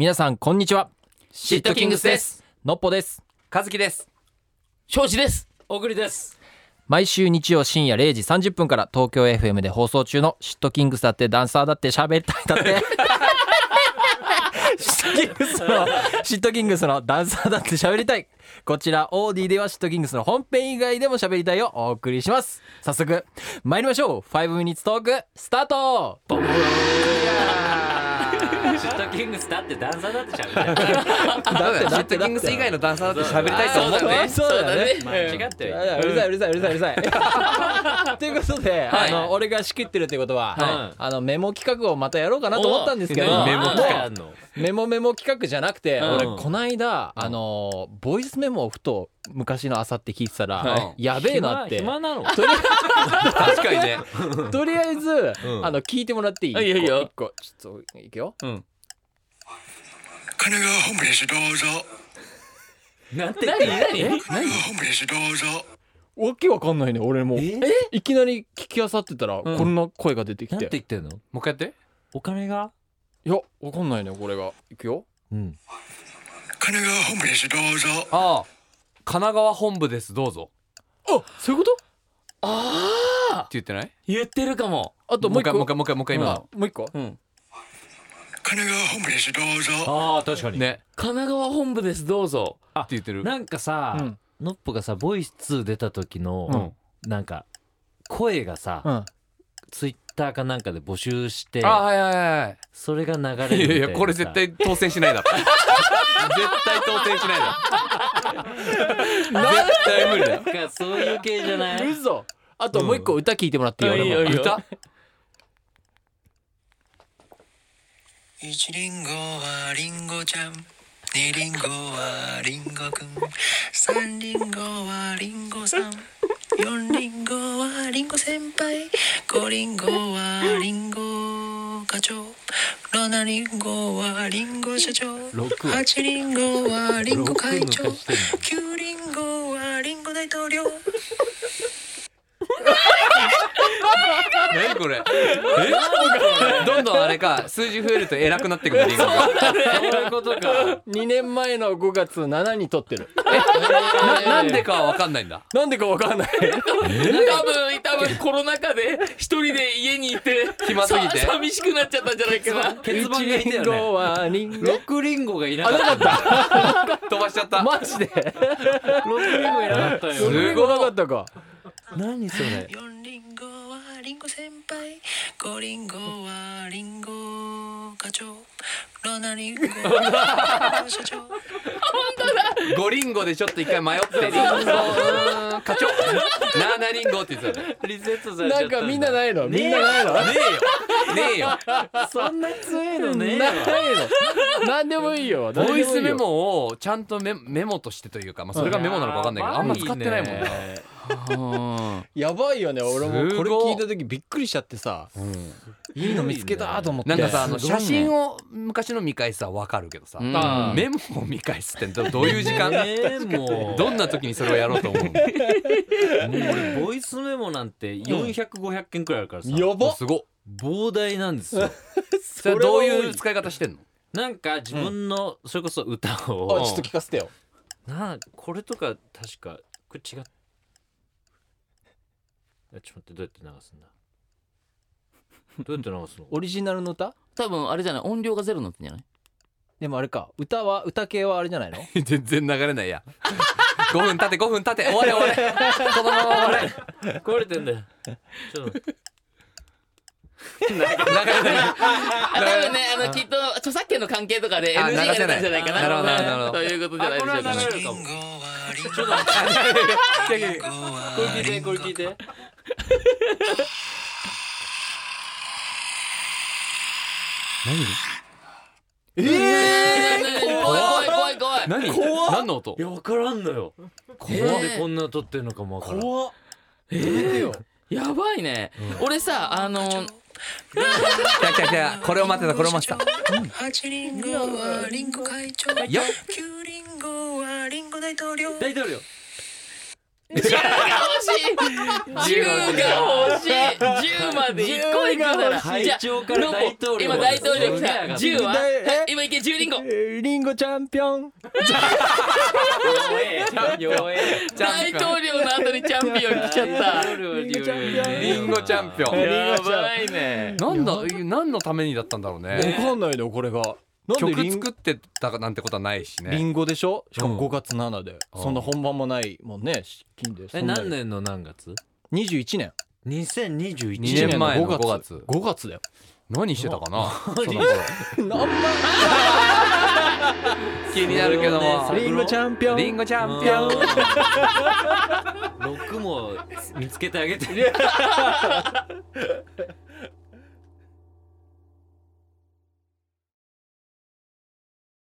皆さんこんにちは。 シットキングスです。 のっぽです。 和樹です。 庄司です。小栗です。 毎週日曜深夜0時30分から東京 FM で放送中のシットキングスだってダンサーだって喋りたいだってシットキングスのダンサーだって喋りたい。こちらオーディではシットキングスの本編以外でも喋りたいをお送りします。早速参りましょう。5ミニッツトークスタート。 シットキングスだってダンサーだって喋りたい。 シットキングス以外のダンサーだって喋りたいと思ってね。 そうだね。 間違ってる。 うるさいうるさいうるさいうるさいということで、俺が仕切ってるってことは、メモ企画をまたやろうかなと思ったんですけど、 メモ企画のメモ企画じゃなくて、俺こないだボイスメモをふと昔の朝って聞いてたら、やべえなって。 暇なの。 確かにね。 とりあえず聞いてもらっていい？ いいよいいよ。 一個ちょっといくよ。 神奈川本部ですどうぞ。 なんて何？ 神奈川本部ですどうぞ。 わけわかんないね俺も。いきなり聞き漁ってたらこんな声が出てきて。 なんて言ってんの？ もう一回やって。 お金が？ いやわかんないねこれが。いくよ。 神奈川本部ですどうぞ。 ああ、神奈川本部ですどうぞ。 あ、そういうこと？ あって言ってない？ 言ってるかも。 あともう一個。 もう一回今。 もう一個。 神奈川本部ですどうぞ。 ああ確かにね。 神奈川本部ですどうぞ。 って言ってる。 なんかさ、のっぽがさボイス2出た時のなんか声がさ、ツイッターかなんかで募集して、 はい。 それが流れるみたいな。 いやこれ絶対当選しないだろ。絶対当選しないだろ。絶対無理だよ。 なんかそういう系じゃない？ 嘘。あともう一個歌聞いてもらっていい？ いいよいいよ。 歌？ 一リンゴはリンゴちゃん、二リンゴはリンゴくん、三リンゴはリンゴさん、四リンゴはリンゴ先輩、五リンゴはリンゴ課長、七リンゴはリンゴ社長、八リンゴはリンゴ会長、九リンゴはリンゴ大統領。 何これ？どんどんあれか、数字増えると偉くなってくるリンゴが。 そういうことか。 2年前の5月7に撮ってる。 なんでかは分かんないんだ。 なんでかわかんない。 多分コロナ禍で一人で家にいて暇すぎて寂しくなっちゃったんじゃないかな。 1リンゴはリンゴ。 6リンゴがいなかった。 飛ばしちゃった。 マジで 6リンゴいなかったよ。 6リンゴなかったか。 何それ？ 四リンゴはリンゴ先輩、五リンゴはリンゴ課長、七リンゴは社長。 5リンゴでちょっと一回迷ってリンゴ課長7リンゴって言ってたね。 リセットされちゃったんだ。 なんかみんなないの？みんなないの？ ねえよそんな強いのねえないの？なんでもいいよ。 ボイスメモをちゃんとメモとしてというか、それがメモなのか分かんないけど、あんま使ってないもんな。 やばいよね。俺もこれ聞いた時びっくりしちゃってさ、いいの見つけたと思って。 なんかさ、写真を昔の見返すは分かるけどさ、メモを見返すってどういう時間？ もうどんな時にそれをやろうと思う？ 俺ボイスメモなんて400、500件くらいあるからさ。 やば。 すご。 膨大なんですよ。 それどういう使い方してんの？ なんか自分のそれこそ歌を、 ちょっと聞かせてよ。 これとか確かこれ違う。ちょっと待って、どうやって流すんだ？どうやって流すの？ オリジナルの歌？ 多分あれじゃない、音量がゼロになってんじゃない？ でもあれか、歌系はあれじゃないの？ 全然流れないや。5分経て終われ。このまま終われ。 壊れてんだよ。ちょっと流れない。 多分ね、きっと著作権の関係とかで NG が出たんじゃないかな。 なるほど。 ということじゃないでしょうか。 これは流れるかも。 ちょっちょっと待って。これ聞いて。 怖い。 何の音？ いや分からんのよ。なんでこんな撮ってるのかも分からん。 怖っ。 やばいね。俺さ来た。これを待ってた。 八リンゴはリンゴ会長、 よっ。 九リンゴはリンゴ大統領。 大統領。 10が欲しい10まで1個いくなら会長から大統領今大統領来た10はえ今いけ10リンゴリンゴチャンピオン。 弱え大統領の後にチャンピオン来ちゃったリンゴチャンピオン。 やばいねなんだ何のためにだったんだろうわね。 かんないのこれが。なんで曲作ってたなんてことはないしね。 リンゴでしょ。しかも5月7で、 うんそんな本番もないもんね。金で。 何年の何月 ？21年。 2021 2年前の5月。 5月だよ。 何してたかな。その頃なん気になるけども。 リンゴチャンピオン。 リンゴチャンピオン。 6も見つけてあげて